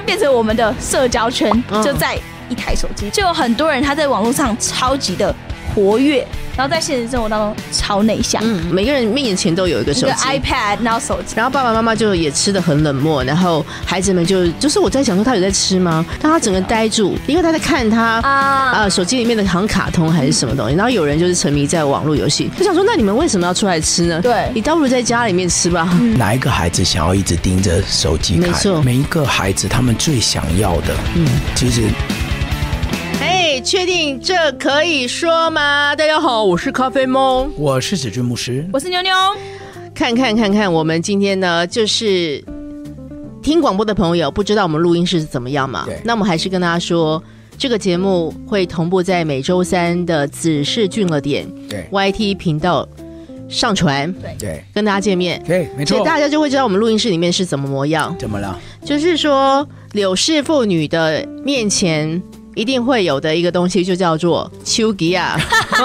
变成我们的社交圈，就在一台手机，就有很多人他在网络上超级的活跃，然后在现实生活当中超内向。 每个人面前都有一个手机， 一个 iPad， 然后手机， 然后爸爸妈妈就也吃得很冷漠，然后孩子们就是我在想说他有在吃吗？但他整个呆住，因为他在看他手机里面的好像卡通还是什么东西，然后有人就是沉迷在网络游戏，就想说那你们为什么要出来吃呢？ 对， 你倒不如在家里面吃吧。 哪一个孩子想要一直盯着手机看？ 没错， 每一个孩子他们最想要的，其实。 确定这可以说吗？大家好，我是咖啡猫， 我是子君牧师， 我是妞妞。 看，我们今天呢，就是听广播的朋友不知道我们录音室是怎么样嘛？那我们还是跟大家说，这个节目会同步在每周三的子视俊了点 YT 频道上传， 对， 跟大家见面， 对，没错， 所以大家就会知道我们录音室里面是怎么模样。 怎么了？ 就是说，柳氏妇女的面前。一定会有的一个东西就叫做手机啊，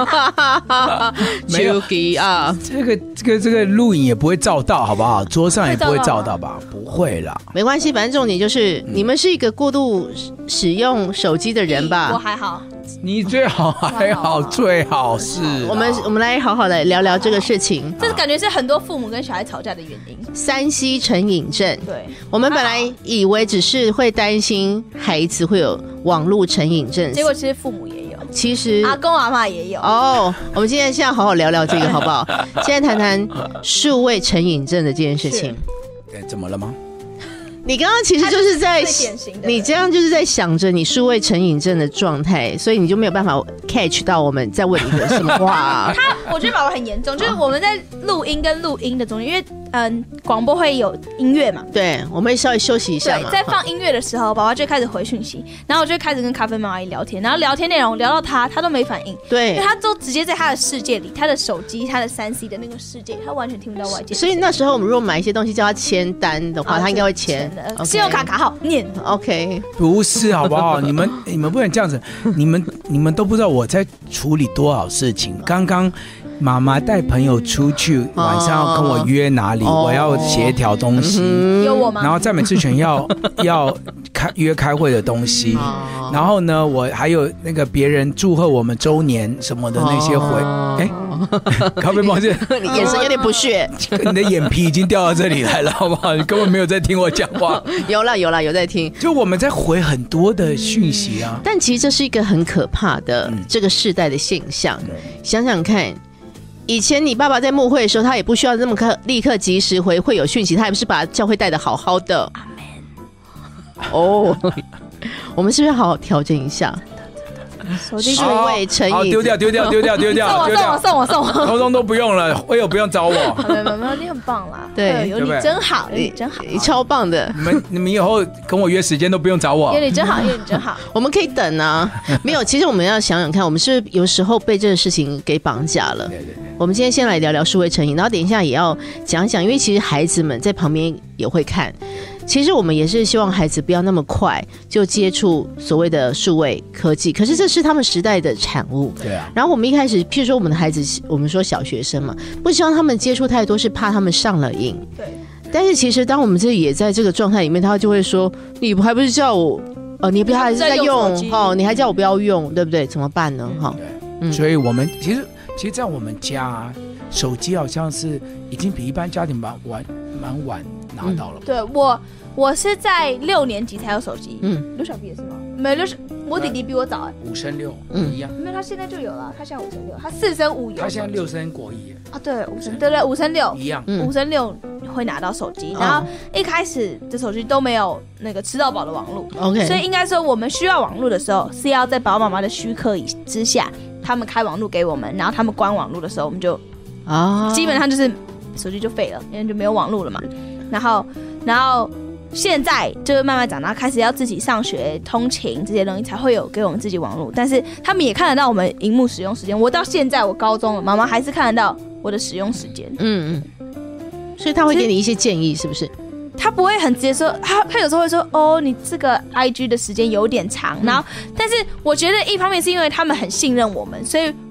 手机啊， 这个录影也不会照到，好不好？桌上也不会照到吧？不会啦， 没关系，反正重点就是你们是一个过度使用手机的人吧？ 我还好， 你最好还好，最好是我们来好好的聊聊这个事情。 这感觉是很多父母跟小孩吵架的原因。 3C 成瘾症， 对， 我们本来以为只是会担心孩子会有网络成瘾症， 结果其实父母也有， 其实阿公阿嬷也有。 我们现在好好聊聊这个好不好？现在谈谈数位成瘾症的这件事情。 怎么了吗？ 你刚刚其实就是在， 你这样就是在想着你数位成瘾症的状态，所以你就没有办法 catch 到我们在问你的什么话啊。 我觉得宝宝很严重，就是我们在录音跟录音的中间，因为广播会有音乐嘛， 对，我们会稍微休息一下嘛。 对，在放音乐的时候，宝宝就开始回讯息，然后我就开始跟咖啡猫阿姨聊天，然后聊天内容聊到他都没反应， 对， 因为他都直接在他的世界里，他的手机，他的3C 的那个世界，他完全听不到外界。 所以那时候我们如果买一些东西叫他签单的话，他应该会签信用卡号念 OK， 不是好不好？你们不能这样子，你们都不知道我在处理多少事情。刚刚妈妈带朋友出去，晚上要跟我约哪里，我要协调东西， 有我吗？ 然后赞美之前要约开会的东西，然后呢，我还有那个别人祝贺我们周年什么的那些咖啡猫姐， 你眼神有点不屑， 你的眼皮已经掉到这里来了，好不好？你根本没有在听我讲话。 有在听， 就我们在回很多的讯息啊， 但其实这是一个很可怕的这个世代的现象。想想看。以前你爸爸在牧会的时候，他也不需要立刻及时回会有讯息，他也不是把教会带得好好的。我们是不是好好调整一下？数位成瘾， 丢掉， 送我， 通通都不用了，我有不用找我。 没有，你很棒啦， 对， 有你真好，你超棒的。 你们以后跟我约时间都不用找我。 有你真好。 我们可以等啊，没有，其实我们要想想看，我们是不是有时候被这个事情给绑架了。对。我们今天先来聊聊数位成瘾，然后等一下也要讲讲，因为其实孩子们在旁边也会看。其实我们也是希望孩子不要那么快就接触所谓的数位科技，可是这是他们时代的产物。 对啊。 然后我们一开始，譬如说我们的孩子，我们说小学生嘛，不希望他们接触太多，是怕他们上了瘾。 对。 但是其实当我们这也在这个状态里面，他就会说：“你还不是叫我你不要还是在用你还叫我不要用，对不对？怎么办呢？” 所以我们其实在我们家手机好像是已经比一般家庭蛮晚拿到了。 对，我是在6年级才有手机。刘小 B 也是吗？没有，我弟弟比我早 5升6一样。 没有，他现在就有了，他现在5升6，他4升5有。 他现在6升国一啊，对，5升，对，5升6 一样 ，5升6会拿到手机，然后一开始的手机都没有那个吃到饱的网络 ，OK， 所以应该说我们需要网络的时候是要在爸爸妈妈的许可之下，他们开网络给我们，然后他们关网络的时候，我们就基本上就是手机就废了，因为就没有网络了嘛。然后现在就是慢慢长大，开始要自己上学、通勤这些东西才会有给我们自己网络，但是他们也看得到我们荧幕使用时间。我到现在我高中了，妈妈还是看得到我的使用时间。 所以他会给你一些建议，是不是？ 他不会很直接说，他有时候会说，你这个 IG 的时间有点长，然后，但是我觉得一方面是因为他们很信任我们，所以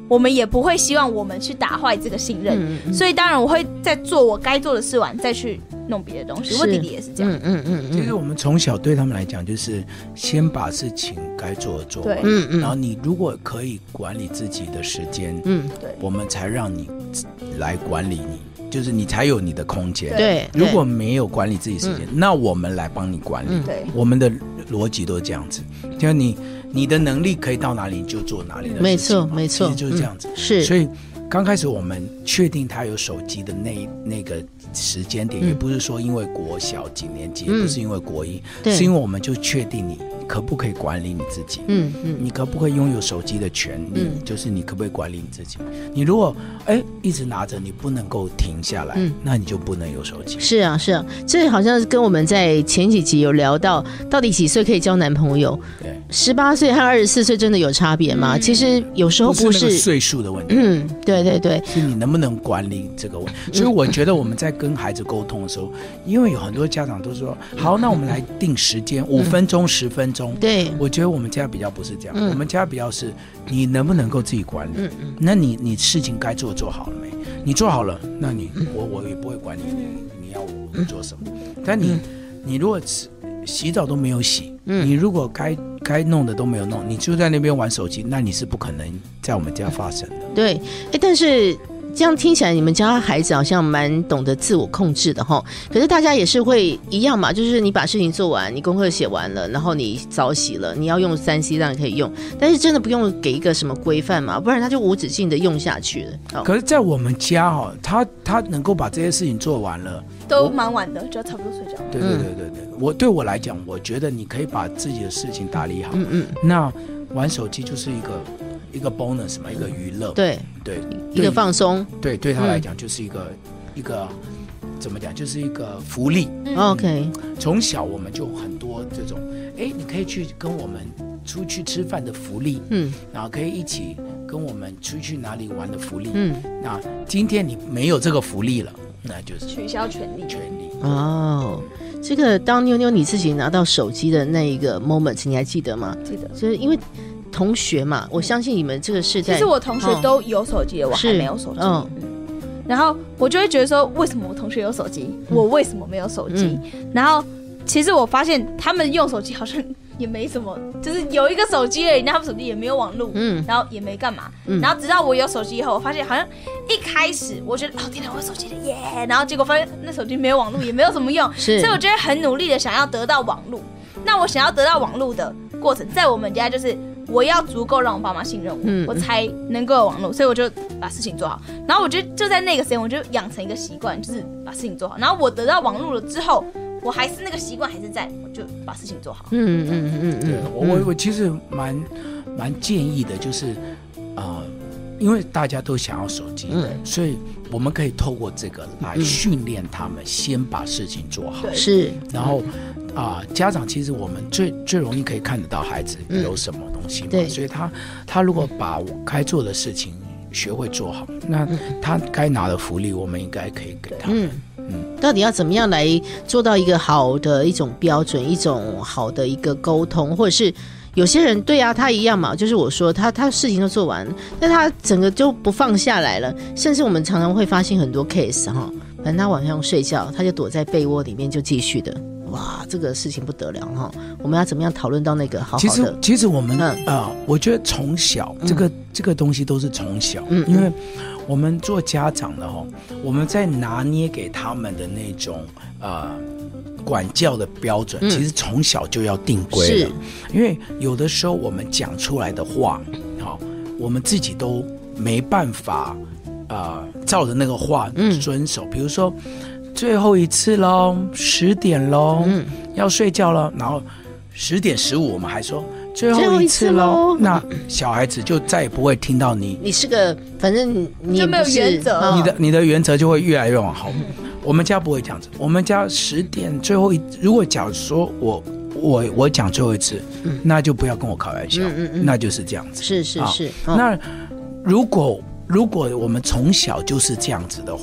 我们也不会希望我们去打坏这个信任，所以当然我会在做我该做的事完再去弄别的东西。我弟弟也是这样。 其实我们从小对他们来讲，就是先把事情该做的做完，然后你如果可以管理自己的时间， 对， 我们才让你来管理你，就是你才有你的空间。 对， 如果没有管理自己时间，那我们来帮你管理。 对， 我们的逻辑都是这样子，就是你的能力可以到哪里就做哪里的事情。 没错，没错， 其实就是这样子。 是， 所以刚开始我们确定他有手机的那个时间点，也不是说因为国小几年级，也不是因为国一，是因为我们就确定你可不可以管理你自己。你可不可以拥有手机的权利？就是你可不可以管理你自己？你如果一直拿着，你不能够停下来，那你就不能有手机。 是啊，是啊，这好像是跟我们在前几集有聊到底几岁可以交男朋友。对，18岁和24岁真的有差别吗？其实有时候不是那个岁数的问题。 对对对， 是你能不能管理这个问题。所以我觉得我们在跟孩子沟通的时候，因为有很多家长都说好，那我们来定时间，5分钟、10分钟。 对， 我觉得我们家比较不是这样，我们家比较是你能不能够自己管理。那你事情该做好了没？你做好了，那我也不会管你要我做什么。但你如果洗澡都没有洗，你如果该弄的都没有弄，你就在那边玩手机，那你是不可能在我们家发生的。 对，但是这样听起来你们家孩子好像蛮懂得自我控制的齁。可是大家也是会一样嘛，就是你把事情做完，你功课写完了，然后你早洗了，你要用3C 当然可以用，但是真的不用给一个什么规范嘛，不然他就无止境的用下去了。 可是在我们家他能够把这些事情做完了， 都蛮晚的，就要差不多睡觉。 对，对我来讲，我觉得你可以把自己的事情打理好。那玩手机就是一个 bonus 嘛，一个娱乐。对， 一个放松。 对他来讲就是一个怎么讲，就是一个福利。 OK， 从小我们就很多这种，你可以去跟我们出去吃饭的福利，然后可以一起跟我们出去哪里玩的福利，那今天你没有这个福利了，那就是取消权利。 哦，这个当妞妞你自己拿到手机的那一个 moment， 你还记得吗？ 记得， 就是因为同学嘛，我相信你们这个世代， 其实我同学都有手机，我还没有手机。然后我就会觉得说，为什么我同学有手机，我为什么没有手机？然后其实我发现他们用手机好像也没什么，就是有一个手机而已，那他们手机也没有网络，然后也没干嘛。然后直到我有手机以后，我发现好像一开始我觉得天哪，我有手机了耶，然后结果发现那手机没有网络，也没有什么用，所以我就会很努力的想要得到网络。那我想要得到网络的过程，在我们家就是我要足够让我爸妈信任我，我才能够有网络，所以我就把事情做好。然后我觉得就在那个时间，我就养成一个习惯，就是把事情做好。然后我得到网络了之后，我还是那个习惯还是在，我就把事情做好。 对，我其实蛮建议的，就是因为大家都想要手机，所以我们可以透过这个来训练他们先把事情做好。 是， 然后家长其实我们最容易可以看得到孩子有什么东西嘛，所以他如果把我该做的事情学会做好，那他该拿的福利我们应该可以给他们。 到底要怎么样来做到一个好的一种标准，一种好的一个沟通，或者是有些人对啊，他一样嘛，就是我说他事情都做完，但他整个就不放下来了，甚至我们常常会发现很多 case 哈，反正他晚上睡觉，他就躲在被窝里面就继续的，哇，这个事情不得了哈！我们要怎么样讨论到那个好好的？ 其实我们我觉得从小这个东西都是从小，因为我们做家长的我们在拿捏给他们的那种管教的标准，其实从小就要定规了。因为有的时候我们讲出来的话，我们自己都没办法照着那个话遵守。比如说最后一次咯，10点咯，要睡觉了，然后10点15我们还说最后一次咯，那小孩子就再也不会听到你是个，反正你也不是就没有原则， 你的原则就会越来越往后。我们家不会这样子，我们家10点最后如果假如说我讲最后一次，那就不要跟我开玩笑，那就是这样子。 是。 那如果我们从小就是这样子的话，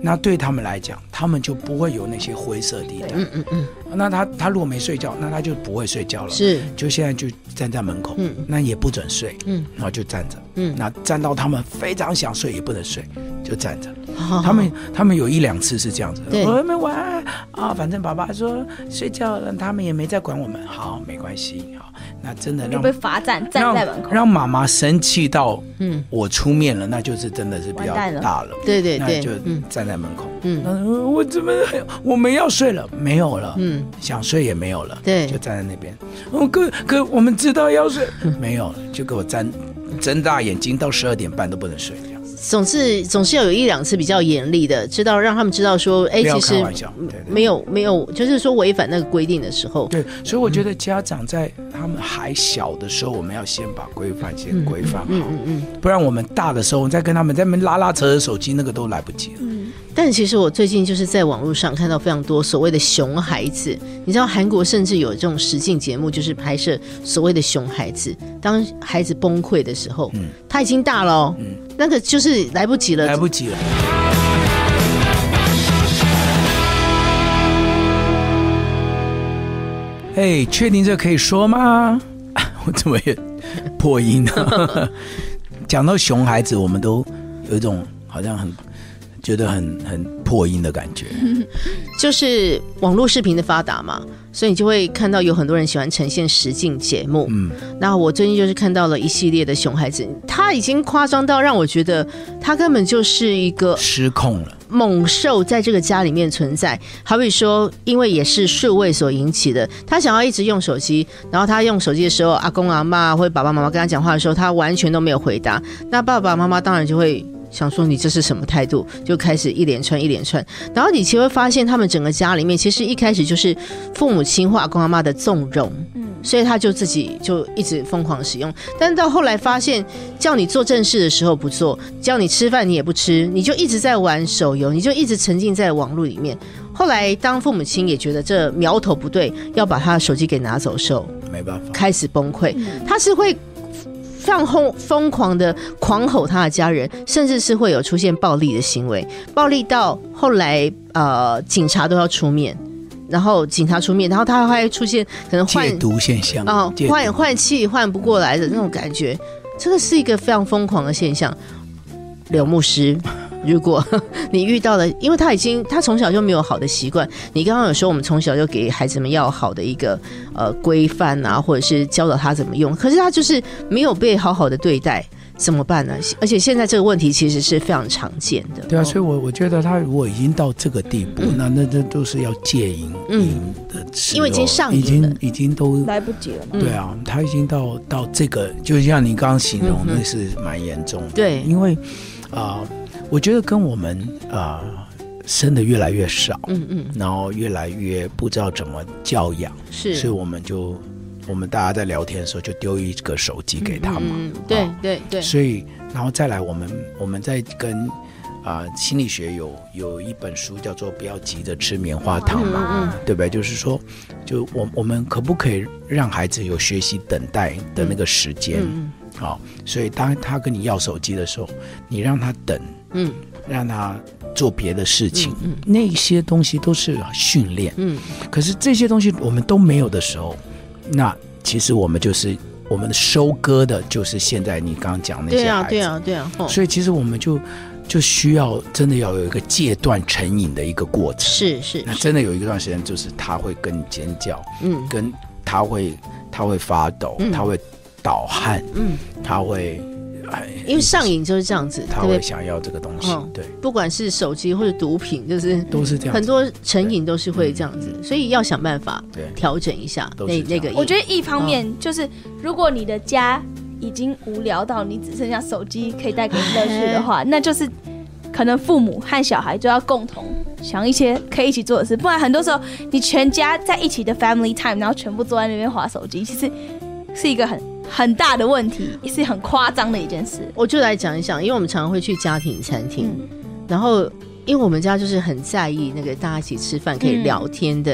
那对他们来讲，他们就不会有那些灰色地带。那他如果没睡觉，那他就不会睡觉了。是，就现在就站在门口，那也不准睡，然后就站着，那站到他们非常想睡也不能睡，就站着。他们有1-2次是这样子，我们玩啊，反正爸爸说睡觉了，他们也没再管我们，好，没关系，好，那真的让被罚站在门口， 让妈妈生气到我出面了，那就是真的是比较大了， 对对对， 那就站在门口，我怎么我们要睡了，没有了，想睡也没有了，对，就站在那边，哥我们知道要睡，没有了，就给我睁大眼睛到12点半都不能睡。 总是要有1-2次比较严厉的，知道让他们知道说，其实没有，就是说违反那个规定的时候。对，所以我觉得家长在他们还小的时候，我们要先把规范好，不然我们大的时候再跟他们在那边拉扯手机，那个都来不及了。 但其实我最近就是在网络上看到非常多所谓的熊孩子，你知道韩国甚至有这种实境节目，就是拍摄所谓的熊孩子，当孩子崩溃的时候，他已经大了哦，那个就是来不及了。 哎，确定这可以说吗？我怎么也破音呢？讲到熊孩子，我们都有一种好像觉得很破音的感觉。 就是网络视频的发达嘛，所以你就会看到有很多人喜欢呈现实境节目。那我最近就是看到了一系列的熊孩子，他已经夸张到让我觉得他根本就是一个失控了猛兽在这个家里面存在。好比说，因为也是数位所引起的，他想要一直用手机，然后他用手机的时候，阿公阿嬷或者爸爸妈妈跟他讲话的时候，他完全都没有回答。那爸爸妈妈当然就会想说你这是什么态度，就开始一连串，然后你其实会发现他们整个家里面其实一开始就是父母亲或阿公阿嬷的纵容，所以他就自己就一直疯狂使用，但是到后来发现叫你做正事的时候不做，叫你吃饭你也不吃，你就一直在玩手游，你就一直沉浸在网络里面。后来当父母亲也觉得这苗头不对，要把他的手机给拿走的时候，没办法，开始崩溃，他是会非常疯狂的狂吼他的家人，甚至是会有出现暴力的行为，暴力到后来警察都要出面，然后他还出现可能戒毒现象换气换不过来的那种感觉，这个是一个非常疯狂的现象。刘牧师，如果你遇到了，因为他从小就没有好的习惯，你刚刚有说我们从小就给孩子们要好的一个规范啊，或者是教导他怎么用，可是他就是没有被好好的对待，怎么办呢？而且现在这个问题其实是非常常见的。 对啊，所以我觉得他如果已经到这个地步，那都是要戒瘾的吃， 因为已经上瘾了， 已经都来不及了嘛。 对啊，他已经到这个，就像你刚刚形容的是蛮严重的。对，因为我觉得跟我们生的越来越少，然后越来越不知道怎么教养，所以我们大家在聊天的时候就丢一个手机给他嘛， 对， 所以然后再来我们在跟心理学有一本书叫做不要急着吃棉花糖嘛，对不对？就是说，就我们可不可以让孩子有学习等待的那个时间？所以当他跟你要手机的时候，你让他等，让他做别的事情，那些东西都是训练。可是这些东西我们都没有的时候，那其实我们收割的就是现在你刚刚讲那些孩子。 对啊。 所以其实我们就需要真的要有一个戒断成瘾的一个过程。是。那真的有一段时间，就是他会跟你尖叫，跟他会发抖，他会盗汗，他会因为上瘾就是这样子， 他会想要这个东西，对， 不管是手机或者毒品， 都是这样， 很多成瘾都是会这样子，所以要想办法调整一下那个。 我觉得一方面就是，如果你的家已经无聊到你只剩下手机可以带给你乐趣的话，那就是可能父母和小孩就要共同想一些可以一起做的事，不然很多时候你全家在一起的 family time， 然后全部坐在那边滑手机，其实是一个很大的问题，也是很夸张的一件事。 我就来讲一讲，因为我们常常会去家庭餐厅，然后因为我们家就是很在意那个大家一起吃饭可以聊天的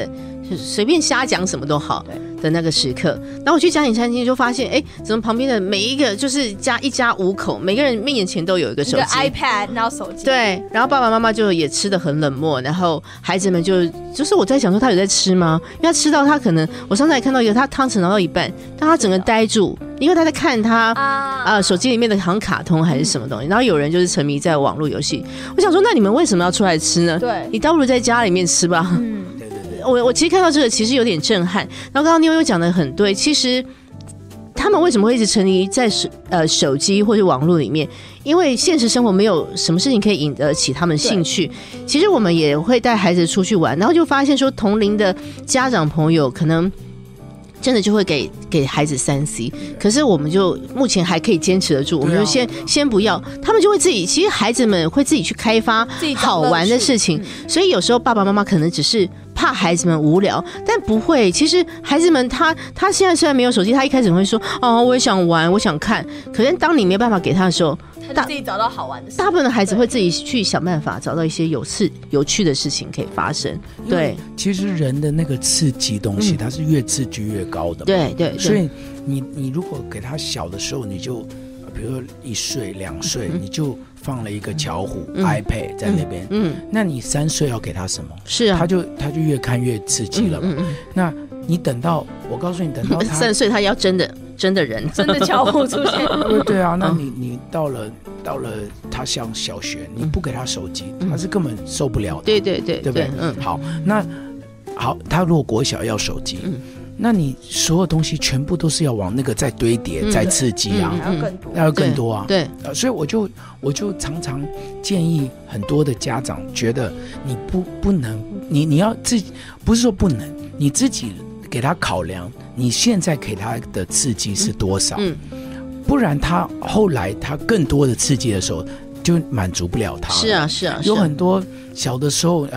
就是随便瞎讲什么都好的那个时刻。然后我去家庭餐厅就发现，怎么旁边的每一个就是一家5口，每个人面前都有一个手机， 一个 iPad， 然后手机。 对，然后爸爸妈妈就也吃得很冷漠，然后孩子们就是我在想说他有在吃吗？因为他吃到他可能我上次还看到一个他汤匙拿到一半，但他整个呆住，因为他在看他手机里面的好像卡通还是什么东西。然后有人就是沉迷在网络游戏，我想说那你们为什么要出来吃呢？ 对， 你倒不如在家里面吃吧。我其实看到这个其实有点震撼。然后刚刚妞妞讲的很对，其实他们为什么会一直沉迷在手机或者网络里面？因为现实生活没有什么事情可以引得起他们兴趣。其实我们也会带孩子出去玩，然后就发现说同龄的家长朋友可能真的就会给孩子3C， 可是我们就目前还可以坚持得住，我们就先不要，他们就会自己，其实孩子们会自己去开发好玩的事情，所以有时候爸爸妈妈可能只是怕孩子们无聊，但不会。其实孩子们他现在虽然没有手机，他一开始会说我也想玩，我想看，可是当你没办法给他的时候， 他自己找到好玩的事情。 大部分的孩子会自己去想办法找到一些有趣的事情可以发生。对， 其实人的那个刺激东西，它是越刺激越高的嘛。 对， 所以你如果给他小的时候，你就比如说1岁2岁，你就放了一个巧虎 iPad 在那边，那你3岁要给他什么？是啊，他就越看越刺激了嘛。那你等到我告诉你，等到他 3岁，他要真的人， 真的巧虎出现。 对啊，那你到了他上小学，你不给他手机，他是根本受不了的。对不对？好，他如果国小要手机，那你所有东西全部都是要往那个再堆叠、再刺激啊，要更多啊。对，所以我就常常建议很多的家长，觉得你不能，你要自己，不是说不能，你自己给他考量，你现在给他的刺激是多少，不然他后来他更多的刺激的时候，就满足不了他。是啊，有很多小的时候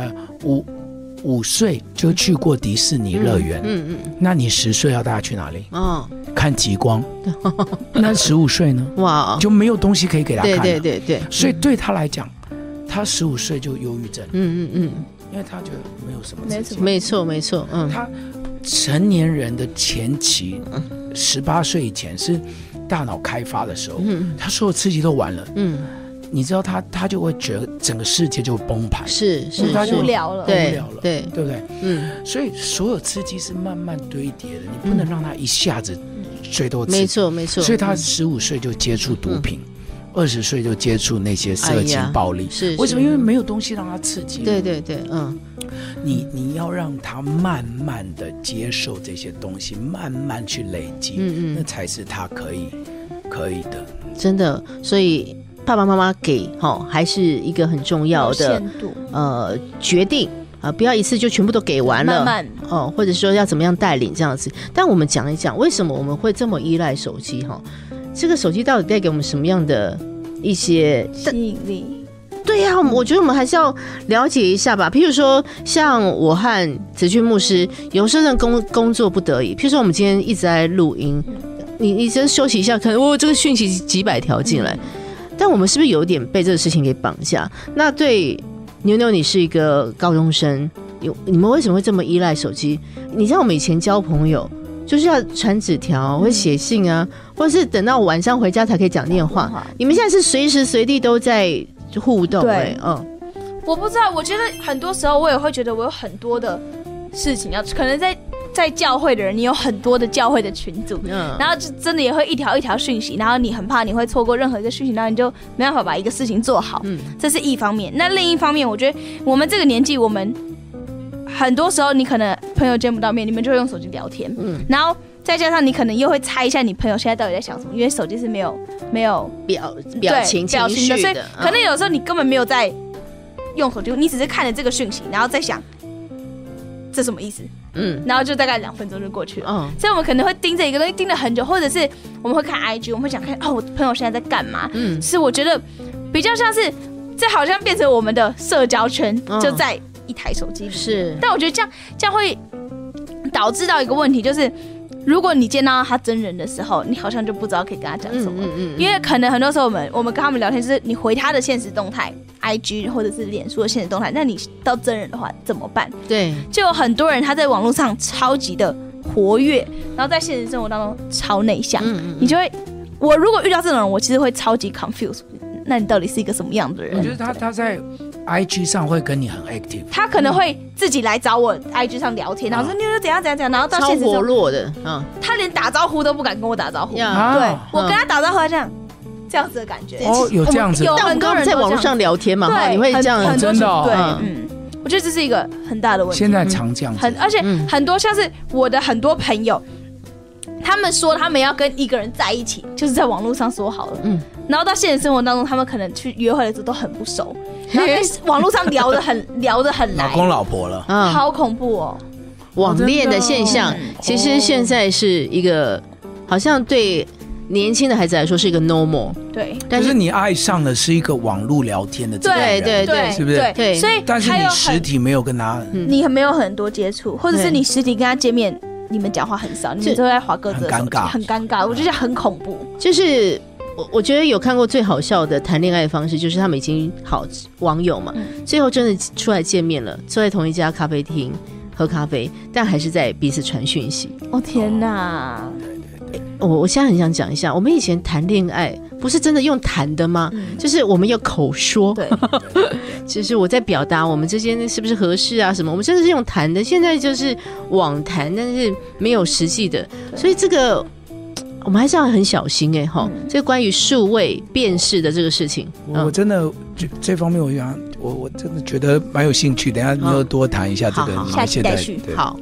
5岁就去过迪士尼乐园，那你10岁要带他去哪里？看极光。那15岁呢？哇，就没有东西可以给他看了。对，所以对他来讲，他15岁就忧郁症。因为他觉得没有什么刺激。 没错。 他成年人的前期，18岁以前是大脑开发的时候，他所有刺激都完了。你知道他就会觉得整个世界就崩盘，是他就无聊了， 对不对？所以所有刺激是慢慢堆叠的，你不能让他一下子最多刺激。没错。所以他15岁就接触毒品，20岁就接触那些色情暴力。为什么？因为没有东西让他刺激。对，你要让他慢慢的接受这些东西，慢慢去累积，那才是他可以的。真的， 所以爸爸妈妈给还是一个很重要的决定不要一次就全部都给完了，慢慢或者说要怎么样带领这样子。但我们讲一讲为什么我们会这么依赖手机这个手机到底带给我们什么样的一些吸引力？ 对呀，我觉得我们还是要了解一下吧。譬如说像我和子俊牧师有时候工作不得已，譬如说我们今天一直在录音，你真休息一下，可能这个讯息几百条进来，但我们是不是有点被这个事情给绑架？那对妞妞，你是一个高中生，你们为什么会这么依赖手机？你像我们以前交朋友就是要传纸条或写信啊，或者是等到晚上回家才可以讲电话，你们现在是随时随地都在互动。对， 我不知道，我觉得很多时候我也会觉得我有很多的事情要，可能在教会的人，你有很多的教会的群组，然后就真的也会一条一条讯息，然后你很怕你会错过任何一个讯息，然后你就没办法把一个事情做好，这是一方面。那另一方面，我觉得我们这个年纪，我们很多时候你可能朋友见不到面，你们就会用手机聊天，然后再加上你可能又会猜一下你朋友现在到底在想什么，因为手机是没有表情的， 所以可能有时候你根本没有在用手机，你只是看着这个讯息，然后再想这什么意思，然后就大概2分钟就过去了，所以我们可能会盯着一个东西盯了很久，或者是我们会看 IG， 我们会想看我朋友现在在干嘛，是我觉得比较像是这好像变成我们的社交圈，就在一台手机里，是。但我觉得这样会导致到一个问题，就是如果你见到他真人的时候，你好像就不知道可以跟他讲什么，因为可能很多时候我们跟他们聊天，就是你回他的现实动态 ，IG 或者是脸书的现实动态，那你到真人的话怎么办？ 对， 就有很多人他在网络上超级的活跃，然后在现实生活当中超内向，你就会，我如果遇到这种人，我其实会超级 confused。那你到底是一个什么样的人？ 我觉得他在 IG 上会跟你很 active， 他可能会自己来找我 IG 上聊天，然后说你又怎样怎样怎样，然后到现实超活络的， 他连打招呼都不敢跟我打招呼。对，我跟他打招呼这样子的感觉。 哦，有这样子， 但我们刚刚在网络上聊天嘛，你会这样， 真的， 对，我觉得这是一个很大的问题。 现在常这样子， 而且很多像是我的很多朋友。他们说他们要跟一个人在一起，就是在网络上说好了，然后到现实生活当中，他们可能去约会的时候都很不熟，然后在网络上聊得很来， 老公老婆了， 好恐怖哦！ 网恋的现象，其实现在是一个好像对年轻的孩子来说是一个 normal， 对， 但是你爱上的是一个网络聊天的这个人， 对， 是不是？ 对，所以但是你实体没有跟他， 你没有很多接触，或者是你实体跟他见面。你们讲话很少，你们都在滑各自的手机，很尴尬，我觉得很恐怖。 就是我觉得有看过最好笑的谈恋爱的方式，就是他们已经好网友嘛，最后真的出来见面了，坐在同一家咖啡厅喝咖啡，但还是在彼此传讯息。 哦天哪！ 我现在很想讲一下，我们以前谈恋爱不是真的用谈的吗？就是我们有口说， 对， 就是我在表达我们之间是不是合适啊什么，我们真的是用谈的。现在就是网谈，但是没有实际的，所以这个我们还是要很小心这个关于数位辨识的这个事情， 我真的这方面我真的觉得蛮有兴趣。等一下你要多谈一下这个， 下期待续。 好。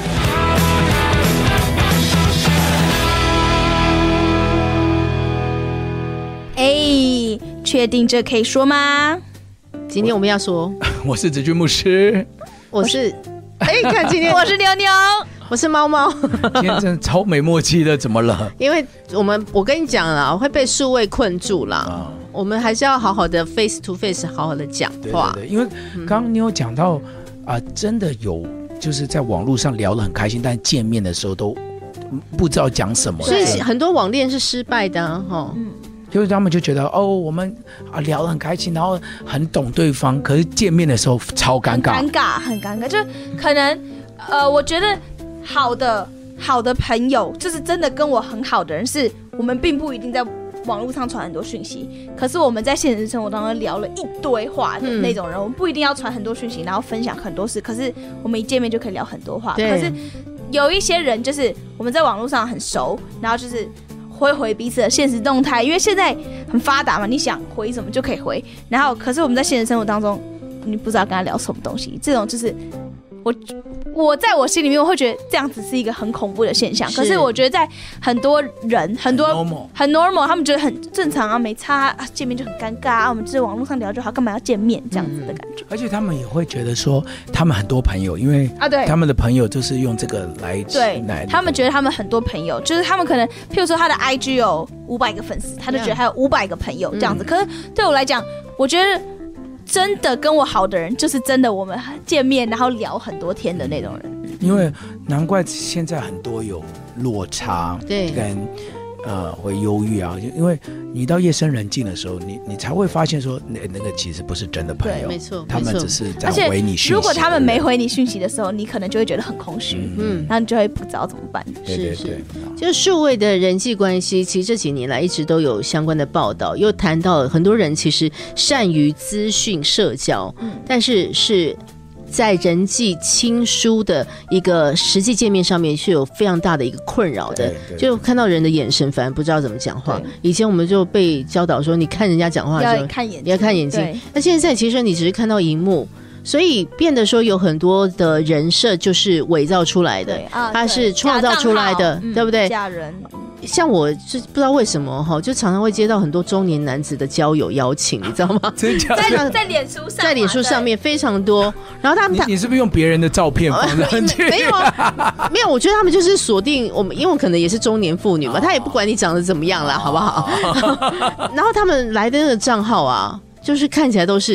确定这可以说吗？ 今天我们要说， 我是子君牧师， 我是看今天我是妞妞， 我是猫猫。 今天真的超没默契的，怎么了？ 因为我跟你讲啦，会被数位困住啦。我们还是要好好的 face to face， 好好的讲话。 对，因为刚刚你有讲到真的有就是在网络上聊得很开心，但见面的时候都不知道讲什么， 所以很多网恋是失败的就是他们就觉得我们聊得很开心，然后很懂对方，可是见面的时候超尴尬， 很尴尬，就可能我觉得好的朋友，就是真的跟我很好的人，是我们并不一定在网络上传很多讯息，可是我们在现实生活当中聊了一堆话的那种人，我们不一定要传很多讯息，然后分享很多事，可是我们一见面就可以聊很多话。可是有一些人就是我们在网络上很熟，然后就是会回彼此的现实动态，因为现在很发达嘛，你想回什么就可以回。然后，可是我们在现实生活当中，你不知道跟他聊什么东西，这种就是我在我心里面，我会觉得这样子是一个很恐怖的现象。可是我觉得在很多人很 normal， 他们觉得很正常啊，没差见面就很尴尬啊，我们就是网络上聊就好，干嘛要见面这样子的感觉。 而且他们也会觉得说，他们很多朋友，因为他们的朋友就是用这个来他们觉得他们很多朋友，就是他们可能譬如说他的 IG 有500个粉丝，他就觉得还有500个朋友这样子。可是对我来讲，我觉得真的跟我好的人，就是真的我们见面然后聊很多天的那种人。 因为难怪现在很多有落差，跟会忧郁啊，因为你到夜深人静的时候，你才会发现说那个其实不是真的朋友， 没错， 他们只是在回你讯息。 如果他们没回你讯息的时候，你可能就会觉得很空虚，然后你就会不知道怎么办。 是，就是数位的人际关系，其实这几年来一直都有相关的报道，又谈到很多人其实善于资讯社交，但是在人际亲疏的一个实际见面上面是有非常大的一个困扰的，就看到人的眼神，反而不知道怎么讲话。以前我们就被教导说，你看人家讲话的时候要看眼睛，那现在其实你只是看到荧幕，所以变得说有很多的人设就是伪造出来的，它是创造出来的，对不对？ 假人。 像我是不知道为什么就常常会接到很多中年男子的交友邀请，你知道吗？ 在脸书上， 在脸书上面非常多。然后他们你是不是用别人的照片放上去？ 没有啊，没有。我觉得他们就是锁定我们，因为我可能也是中年妇女嘛，他也不管你长得怎么样啦，好不好？然后他们来的那个账号啊，就是看起来都是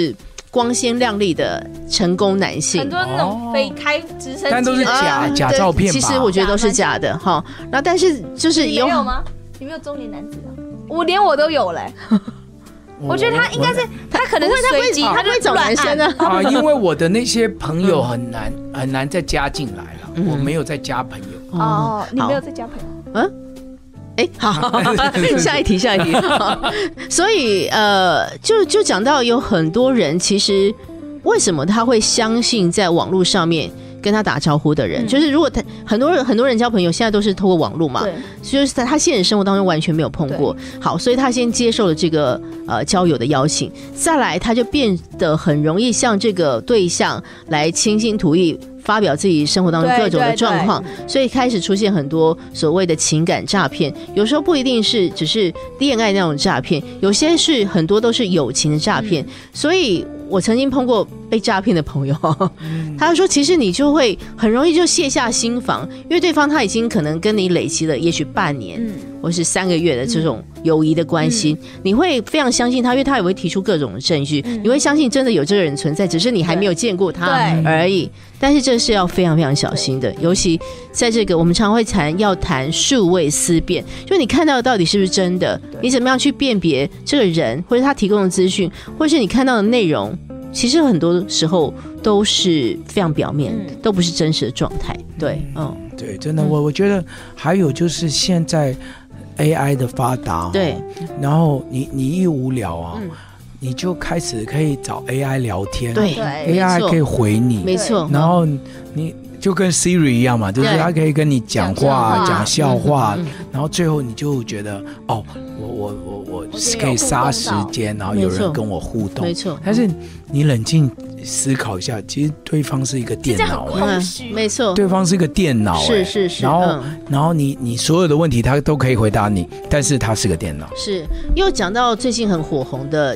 光鲜亮丽的成功男性， 很多那种飞开直升机， 但都是假照片吧？ 其实我觉得都是假的哈。那但是就是你没有吗？你没有中年男子啊？我连我都有嘞。我觉得他应该是，他可能是随机，他就会找男生啊。因为我的那些朋友很难再加进来了，我没有再加朋友。 哦，你没有再加朋友？ 好，下一题。所以就讲到有很多人，其实为什么他会相信在网络上面跟他打招呼的人，就是如果他很多人交朋友，现在都是透过网络嘛，就是在他现实生活当中完全没有碰过。好，所以他先接受了这个交友的邀请，再来他就变得很容易向这个对象来倾心吐意，发表自己生活当中各种的状况，所以开始出现很多所谓的情感诈骗。有时候不一定是只是恋爱那种诈骗，有些是很多都是友情的诈骗。所以我曾经碰过被诈骗的朋友，他说其实你就会很容易就卸下心防，因为对方他已经可能跟你累积了也许半年或是3个月的这种友谊的关系，你会非常相信他，因为他也会提出各种证据，你会相信真的有这个人存在，只是你还没有见过他而已。但是这是要非常非常小心的，尤其在这个我们常会要谈数位思辨，就你看到的到底是不是真的，你怎么样去辨别这个人或者他提供的资讯，或者是你看到的内容，其实很多时候都是非常表面，都不是真实的状态。对， 对，真的，我觉得还有就是现在 AI 的发达， 对， 然后你一无聊啊，你就开始可以找 AI 聊天， 对 ，AI 可以回你， 没错， 然后你就跟 Siri 一样嘛，就是他可以跟你讲话、讲笑话，然后最后你就觉得哦，我可以杀时间，然后有人跟我互动， 没错。 但是你冷静思考一下，其实对方是一个电脑， 没错， 对方是一个电脑， 是， 然后你所有的问题他都可以回答你，但是他是个电脑。 是，又讲到最近很火红的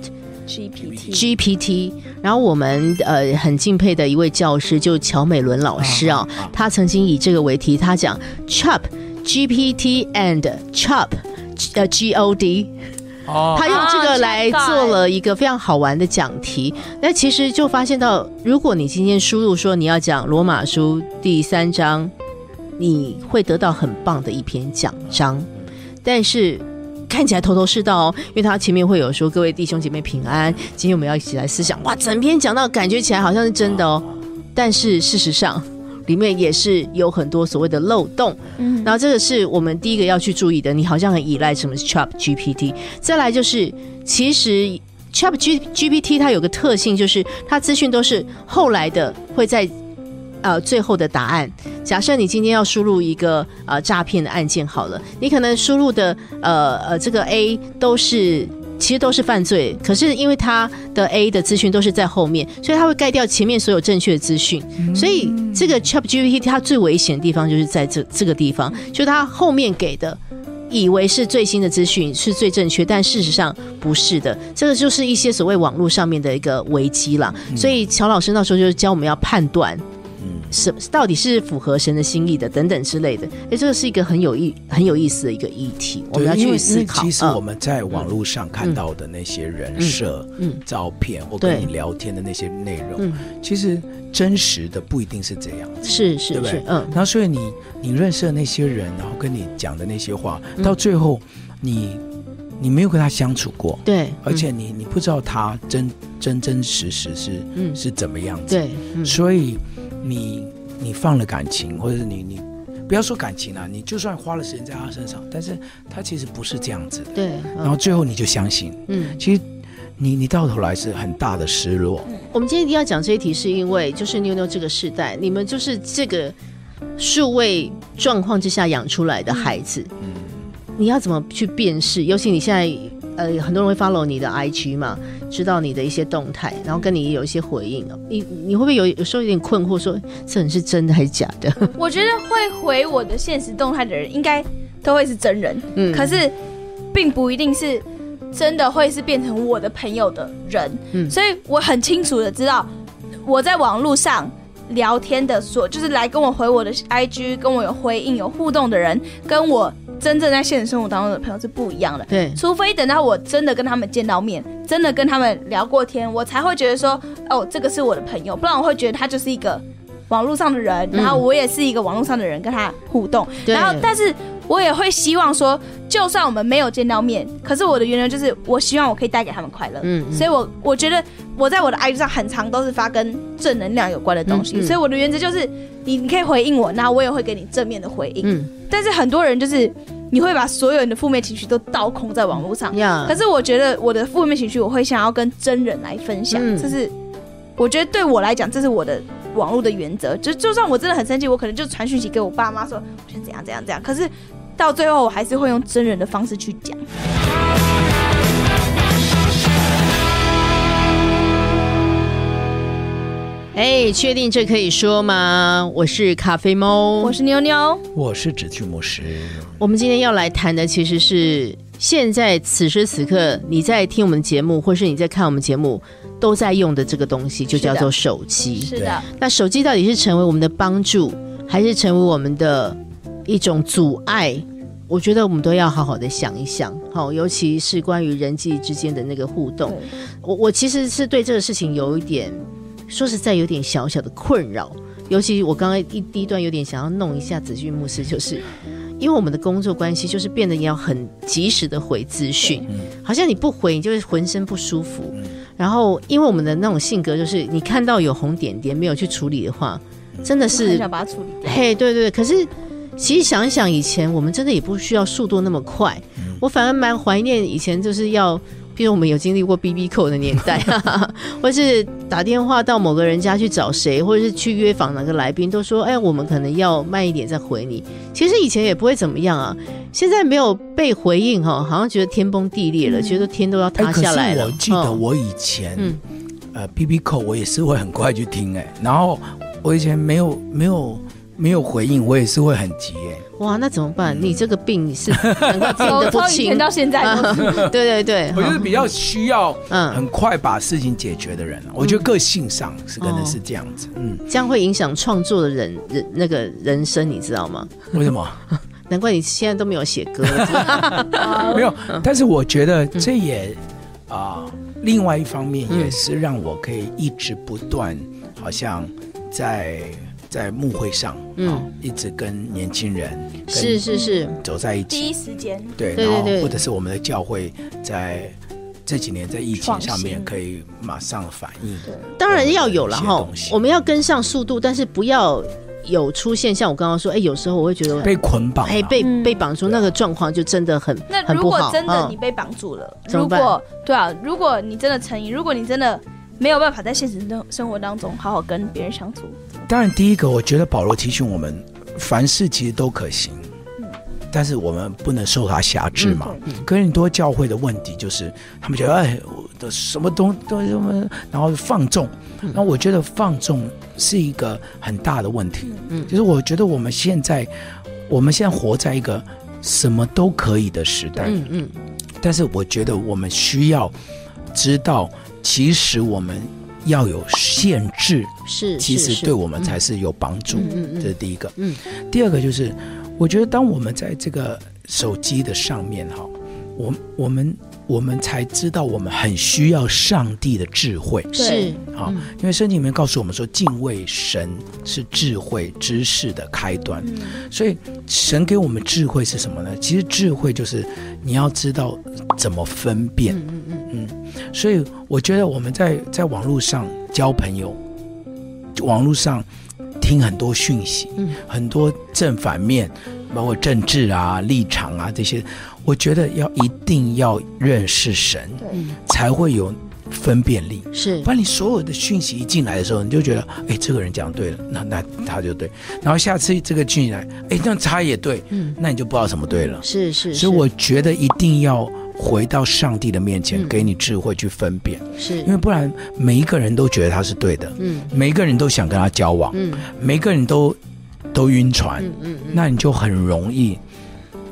ChatGPT， 然后我们很敬佩的一位教师就乔美伦老师啊，他曾经以这个为题，他讲 ChatGPT and ChatGOD。他用这个来做了一个非常好玩的讲题，那其实就发现到，如果你今天输入说你要讲罗马书第3章，你会得到很棒的一篇讲章，但是看起来头头是道哦，因为他前面会有说各位弟兄姐妹平安，今天我们要一起来思想，哇，整篇讲到感觉起来好像是真的哦，但是事实上里面也是有很多所谓的漏洞，然后这个是我们第一个要去注意的。你好像很依赖什么 ChatGPT， 再来就是其实 ChatGPT 它有个特性，就是它资讯都是后来的会在最后的答案。假设你今天要输入一个诈骗的案件好了，你可能输入的这个 A 其实都是犯罪，可是因为它的 A 的资讯都是在后面，所以它会盖掉前面所有正确的资讯，所以这个 ChatGPT 它最危险的地方就是在这个地方，就它后面给的以为是最新的资讯是最正确，但事实上不是的，这个就是一些所谓网络上面的一个危机啦。所以乔老师那时候就是教我们要判断到底是符合神的心意的等等之类的。这个是一个很有意思的一个议题，我们要去思考。 其实我们在网络上看到的那些人设、照片或跟你聊天的那些内容，其实真实的不一定是这样子， 是， 对不对？然后所以你认识的那些人，然后跟你讲的那些话，到最后你没有跟他相处过， 对， 而且你不知道他真实是怎么样子， 对， 所以你放了感情，或者是你不要说感情啊，你就算花了时间在他身上，但是他其实不是这样子的， 对， 然后最后你就相信，其实你到头来是很大的失落。 我们今天一定要讲这一题，是因为就是妞妞这个世代，你们就是这个数位状况之下养出来的孩子，你要怎么去辨识？尤其你现在很多人会 follow 你的 IG 嘛，知道你的一些动态，然后跟你有一些回应，你会不会有时候有点困惑，说这人是真的还是假的？ 我觉得会回我的现实动态的人，应该都会是真人，可是并不一定是真的会是变成我的朋友的人，所以我很清楚的知道，我在网络上聊天的就是来跟我回我的 IG， 跟我有回应有互动的人，跟我真正在现实生活当中的朋友是不一样的。 对， 除非等到我真的跟他们见到面，真的跟他们聊过天，我才会觉得说，哦，这个是我的朋友，不然我会觉得他就是一个网络上的人，然后我也是一个网络上的人跟他互动，然后但是我也会希望说，就算我们没有见到面，可是我的原则就是我希望我可以带给他们快乐，所以我觉得我在我的 IG 上很常都是发跟正能量有关的东西，所以我的原则就是你可以回应我，然后我也会给你正面的回应，但是很多人就是你会把所有人的负面情绪都倒空在网络上，可是我觉得我的负面情绪我会想要跟真人来分享，这是我觉得对我来讲这是我的网络的原则，就算我真的很生气，我可能就传讯息给我爸妈说我现在怎样怎样怎样，可是到最后我还是会用真人的方式去讲。 确定这可以说吗？我是咖啡猫， 我是妞妞， 我是子俊牧师。 我们今天要来谈的其实是现在此时此刻你在听我们节目，或是你在看我们节目都在用的这个东西，就叫做手机。 是的。 那手机到底是成为我们的帮助，还是成为我们的一种阻碍？我觉得我们都要好好的想一想，尤其是关于人际之间的那个互动。我其实是对这个事情有一点，说实在有点小小的困扰，尤其我刚刚第一段有点想要弄一下子俊牧师，就是因为我们的工作关系，就是变得你要很及时的回资讯，好像你不回你就会浑身不舒服。然后因为我们的那种性格，就是你看到有红点点没有去处理的话，真的是很想把它处理掉。 嘿，对对，可是其实想一想，以前我们真的也不需要速度那么快，我反而蛮怀念以前就是要。譬如我们有经历过 BB 扣的年代或是打电话到某个人家去找谁，或者是去约访哪个来宾，都说我们可能要慢一点再回你。其实以前也不会怎么样啊，现在没有被回应好像觉得天崩地裂了，觉得天都要塌下来了。 可是我记得我以前BB 扣我也是会很快去听然后我以前没有回应，我也是会很急哇，那怎么办？你这个病是能够听得不清， 从以前到现在都是对对对， 我就是比较需要很快把事情解决的人，我觉得个性上是可能是这样子， 这样会影响创作的那个人生，你知道吗？ 为什么？ 难怪你现在都没有写歌没有，但是我觉得这也另外一方面也是让我可以一直不断，好像在牧会上，一直跟年轻人是走在一起， 第一时间， 对，然后或者是我们的教会在这几年在疫情上面可以马上反应， 当然要有了哈，我们要跟上速度，但是不要有出现像我刚刚说，有时候我会觉得被捆绑， 被绑住那个状况就真的很不好。 那如果真的你被绑住了，如果你真的成瘾，如果你真的没有办法在现实生活当中好好跟别人相处， 当然第一个我觉得保罗提醒我们，凡事其实都可行，但是我们不能受他辖制嘛。哥林多教会的问题就是他们觉得我什么东西然后放纵，然后我觉得放纵是一个很大的问题，就是我觉得我们现在活在一个什么都可以的时代，但是我觉得我们需要知道其实我们要有限制，其实对我们才是有帮助，这是第一个。第二个就是我觉得当我们在这个手机的上面我们才知道我们很需要上帝的智慧， 是因为圣经里面告诉我们说敬畏神是智慧知识的开端，所以神给我们智慧是什么呢？其实智慧就是你要知道怎么分辨，所以我觉得我们在网络上交朋友，网络上听很多讯息，很多正反面，包括政治啊、立场啊这些，我觉得一定要认识神，才会有分辨力。 是， 不然你所有的讯息一进来的时候，你就觉得，这个人讲对了，那他就对。然后下次这个进来，那他也对，那你就不知道什么对了。 是， 所以我觉得一定要回到上帝的面前，给你智慧去分辨， 是因为不然每一个人都觉得他是对的，每一个人都想跟他交往，每一个人都晕船，那你就很容易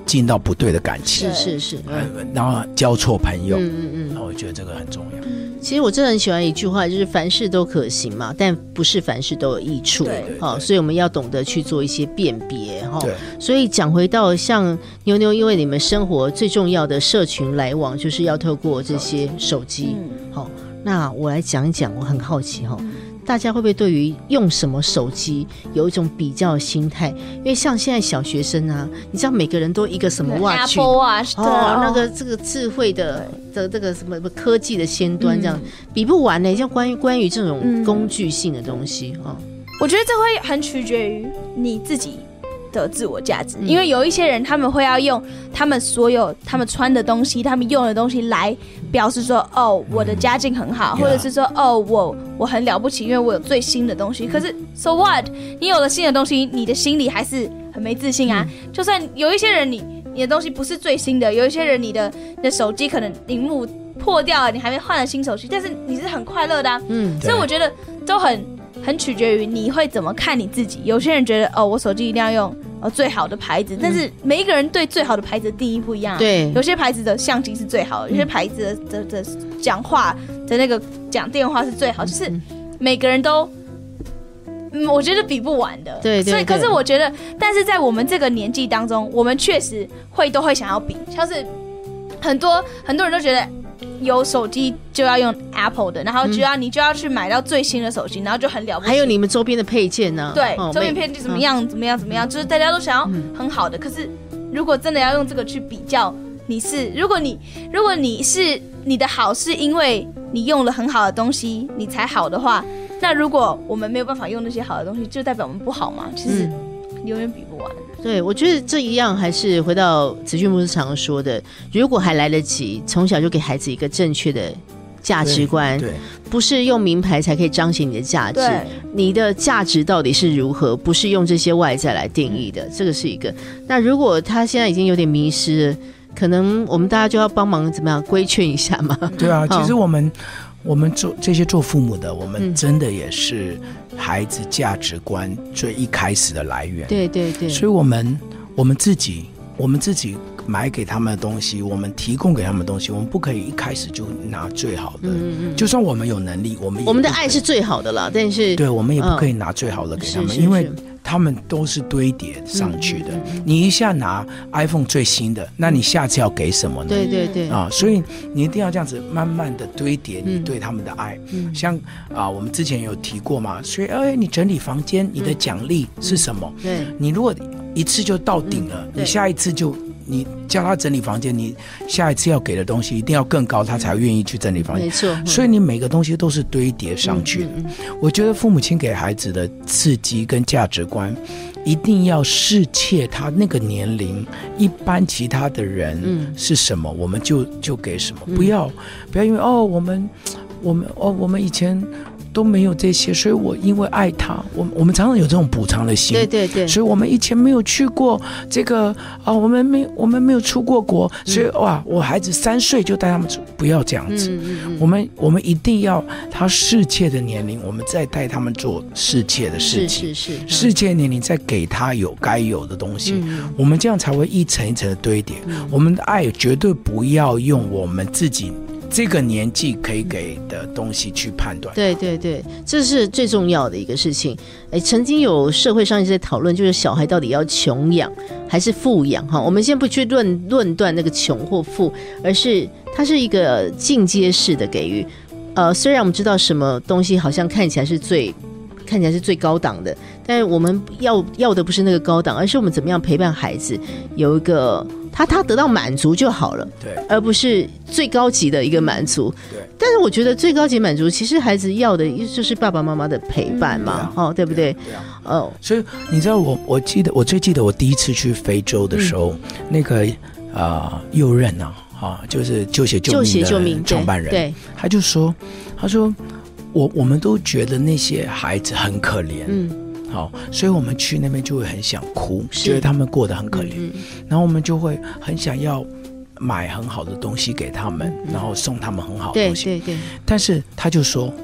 进到不对的感情， 是， 然后交错朋友，我觉得这个很重要。 其实我真的很喜欢一句话，就是凡事都可行嘛，但不是凡事都有益处。 对， 所以我们要懂得去做一些辨别。所以讲回到像妞妞，因为你们生活最重要的社群来往就是要透过这些手机。那我来讲一讲，我很好奇大家会不会对于用什么手机有一种比较心态？因为像现在小学生啊，你知道每个人都一个什么 watch Apple Watch 那个这个智慧的这个什么科技的先端，这样比不完呢。像关于这种工具性的东西我觉得这会很取决于你自己的自我价值，因为有一些人他们会要用他们所有他们穿的东西，他们用的东西来表示说我的家境很好，或者是说我很了不起，因为我有最新的东西。可是 so what， 你有了新的东西，你的心里还是很没自信啊。就算有一些人你的东西不是最新的，有一些人你的手机可能萤幕破掉了，你还没换了新手机，但是你是很快乐的啊。所以我觉得都很取决于你会怎么看你自己。有些人觉得我手机一定要用最好的牌子，但是每一个人对最好的牌子的定义不一样。 对， 有些牌子的相机是最好的，有些牌子的讲话的那个讲电话是最好，就是每个人都我觉得比不完的。 对， 所以可是我觉得，但是在我们这个年纪当中，我们确实都会想要比，像是很多人都觉得有手机就要用 Apple 的，然后你就要去买到最新的手机，然后就很了不起。 还有你们周边的配件呢？ 对，周边配件怎么样，就是大家都想要很好的。可是如果真的要用这个去比较，如果你是你的好是因为你用了很好的东西你才好的话，那如果我们没有办法用那些好的东西，就代表我们不好吗？其实永远比不完。 对，我觉得这一样还是回到子俊牧师常说的，如果还来得及，从小就给孩子一个正确的价值观， 对， 不是用名牌才可以彰显你的价值，你的价值到底是如何，不是用这些外在来定义的，这个是一个。那如果他现在已经有点迷失了，可能我们大家就要帮忙怎么样规劝一下嘛。 对啊，其实我们做父母的，我们真的也是孩子价值观最一开始的来源。 对， 所以我们自己买给他们的东西，我们提供给他们的东西，我们不可以一开始就拿最好的。就算我们有能力，我们的爱是最好的了，但是对，我们也不可以拿最好的给他们，因为他们都是堆叠上去的。你一下拿 iPhone 最新的，那你下次要给什么呢？ 对所以你一定要这样子慢慢的堆叠你对他们的爱。像我们之前有提过嘛，所以你整理房间，你的奖励是什么？ 对， 你如果一次就到顶了，你下一次你叫他整理房间，你下一次要给的东西一定要更高，他才愿意去整理房间。 没错， 所以你每个东西都是堆叠上去的。我觉得父母亲给孩子的刺激跟价值观，一定要适切他那个年龄，一般其他的人是什么，我们就给什么，不要因为我们以前都没有这些，所以我因为爱他，我们常常有这种补偿的心。 对，所以我们以前没有去过这个我们没有出过国，所以我孩子3岁就带他们出，不要这样子。我们一定要他适切的年龄，我们再带他们做适切的事情。是适切年龄再给他有该有的东西，我们这样才会一层一层的堆叠。我们的爱绝对不要用我们自己这个年纪可以给的东西去判断。 对，这是最重要的一个事情。曾经有社会上一直在讨论，就是小孩到底要穷养还是富养。我们先不去论断那个穷或富，而是它是一个进阶式的给予。虽然我们知道什么东西好像看起来是最高档的，但是我们要的不是那个高档，而是我们怎么样陪伴孩子有一个他得到满足就好了， 对， 而不是最高级的一个满足。 对， 但是我觉得最高级满足，其实孩子要的就是爸爸妈妈的陪伴嘛，对不对？ 所以你知道我最记得我第一次去非洲的时候，那个右任就是救血救命的创办人， 对， 他说我们都觉得那些孩子很可怜，所以我们去那边就会很想哭，觉得他们过得很可怜，然后我们就会很想要买很好的东西给他们，然后送他们很好的东西。 对。 但是他就说，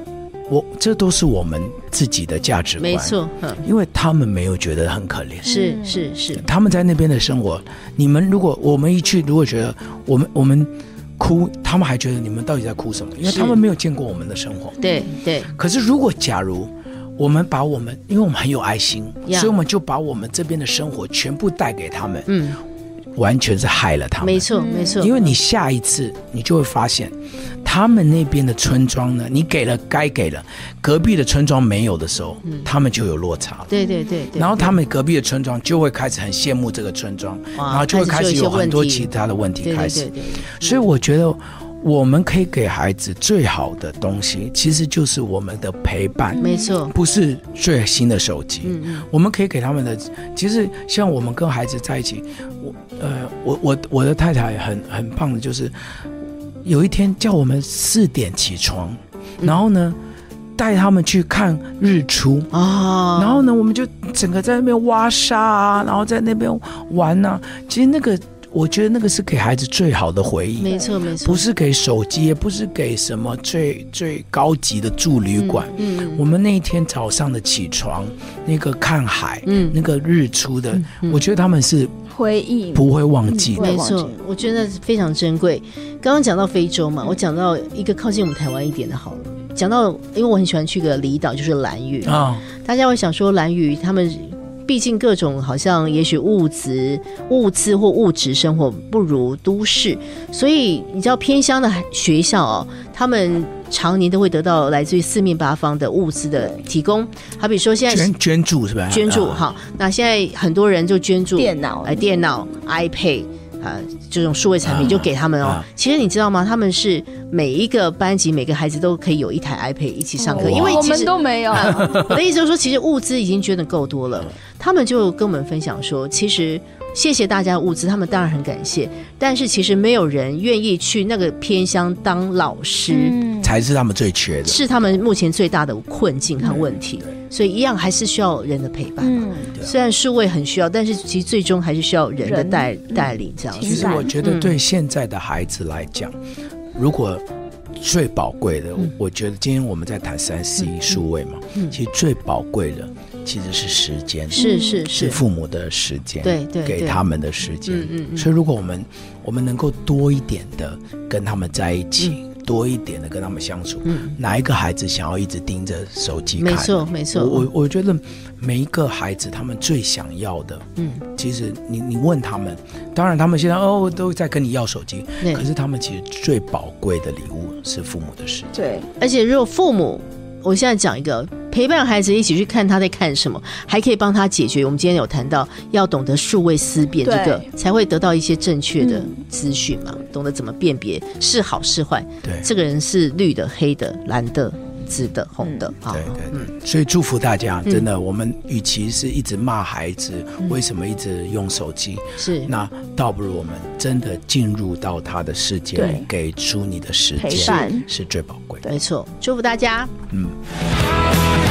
这都是我们自己的价值观， 没错， 因为他们没有觉得很可怜， 是， 他们在那边的生活，你们如果我们一去，如果觉得我们哭，他们还觉得你们到底在哭什么？因为他们没有见过我们的生活。 对。 可是如果假如我们把因为我们很有爱心，所以我们就把我们这边的生活全部带给他们，完全是害了他们。 没错。 因为你下一次你就会发现，他们那边的村庄呢，你给了该给了，隔壁的村庄没有的时候，他们就有落差了。 对。 然后他们隔壁的村庄就会开始很羡慕这个村庄，然后就会开始有很多其他的问题开始。所以我觉得我们可以给孩子最好的东西，其实就是我们的陪伴。 没错， 不是最新的手机。我们可以给他们的，其实像我们跟孩子在一起，我的太太很棒的，就是有一天叫我们4点起床，然后呢带他们去看日出啊，然后呢我们就整个在那边挖沙啊，然后在那边玩啊。其实我觉得那个是给孩子最好的回忆。 没错， 不是给手机，也不是给什么最高级的住旅馆。我们那一天早上的起床，那个看海，那个日出的，我觉得他们是回忆不会忘记的。 没错，我觉得非常珍贵。刚刚讲到非洲嘛，我讲到一个靠近我们台湾一点的好了。讲到，因为我很喜欢去个离岛，就是兰屿啊。大家会想说，兰屿他们毕竟各种好像也许物资或物质生活不如都市，所以你知道偏乡的学校哦，他们常年都会得到来自于四面八方的物资的提供。好比说现在捐助是吧？ 捐助好，那现在很多人就捐助电脑 iPad。这种数位产品就给他们哦。其实你知道吗？他们是每一个班级每个孩子都可以有一台 iPad 一起上课，因为我们都没有。 我的意思就是说，其实物资已经捐得够多了。他们就跟我们分享说，其实谢谢大家的物资，他们当然很感谢，但是其实没有人愿意去那个偏乡当老师， 才是他们最缺的， 是他们目前最大的困境和问题。所以一样还是需要人的陪伴嘛。虽然数位很需要，但是其实最终还是需要人的带领这样子。 其实我觉得对现在的孩子来讲，如果最宝贵的，我觉得今天我们在谈3C 数位嘛，其实最宝贵的其实是时间，是父母的时间，对，给他们的时间。所以如果我们能够多一点的跟他们在一起。多一点的跟他们相处，哪一个孩子想要一直盯着手机看？ 没错。 我觉得每一个孩子他们最想要的，其实你问他们，当然他们现在都在跟你要手机，可是他们其实最宝贵的礼物是父母的时间。 对，而且如果父母，我现在讲一个陪伴孩子一起去看他在看什么，还可以帮他解决。我们今天有谈到要懂得数位思辨，这个才会得到一些正确的资讯嘛，懂得怎么辨别是好是坏。对，这个人是绿的、黑的、蓝的、紫的、红的。 对。所以祝福大家，真的，我们与其是一直骂孩子为什么一直用手机，那倒不如我们真的进入到他的世界，给出你的时间，是最宝贵的。 没错，祝福大家。